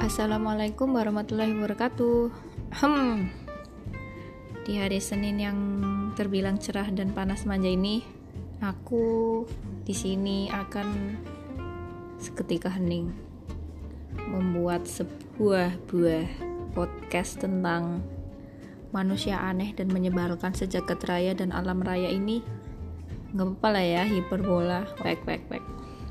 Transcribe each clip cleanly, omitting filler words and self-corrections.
Assalamualaikum warahmatullahi wabarakatuh. Di hari Senin yang terbilang cerah dan panas manja ini, aku di sini akan seketika hening membuat sebuah podcast tentang manusia aneh dan menyebalkan sejagat raya dan alam raya ini. Gak apa-apa lah ya, hiperbola, wek.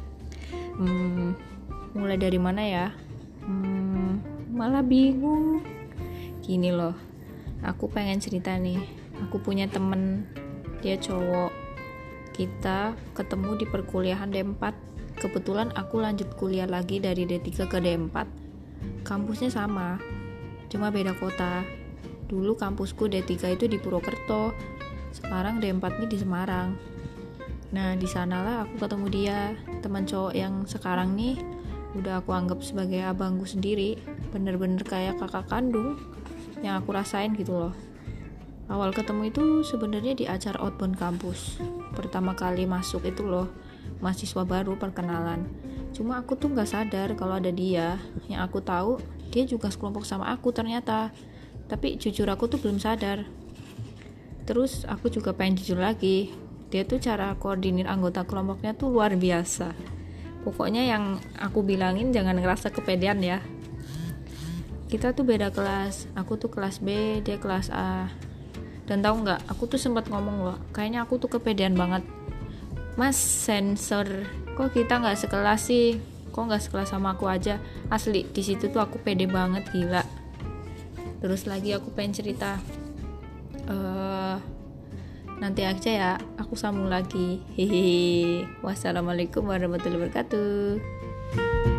Mulai dari mana ya? Malah bingung. Gini loh, aku pengen cerita nih. Aku punya temen, dia cowok. Kita ketemu di perkuliahan D4. Kebetulan aku lanjut kuliah lagi dari D3 ke D4. Kampusnya sama, cuma beda kota. Dulu kampusku D3 itu di Purwokerto, sekarang D4 ini di Semarang. Nah, di sanalah aku ketemu dia, teman cowok yang sekarang nih udah aku anggap sebagai abangku sendiri, bener-bener kayak kakak kandung yang aku rasain gitu loh. Awal ketemu itu sebenarnya di acara outbound kampus, pertama kali masuk itu loh, mahasiswa baru perkenalan. Cuma aku tuh nggak sadar kalau ada dia. Yang aku tahu dia juga sekelompok sama aku ternyata, tapi jujur aku tuh belum sadar. Terus aku juga pengen jujur lagi, dia tuh cara koordinir anggota kelompoknya tuh luar biasa. Pokoknya yang aku bilangin jangan ngerasa kepedean ya. Kita tuh beda kelas, aku tuh kelas B, dia kelas A. Dan tahu nggak, aku tuh sempat ngomong loh, kayaknya aku tuh kepedean banget. Mas sensor, kok kita nggak sekelas sih? Kok nggak sekelas sama aku aja? Asli di situ tuh aku pede banget, gila. Terus lagi aku pengen cerita. Nanti aja ya, aku sambung lagi. Hehehe. Wassalamualaikum warahmatullahi wabarakatuh.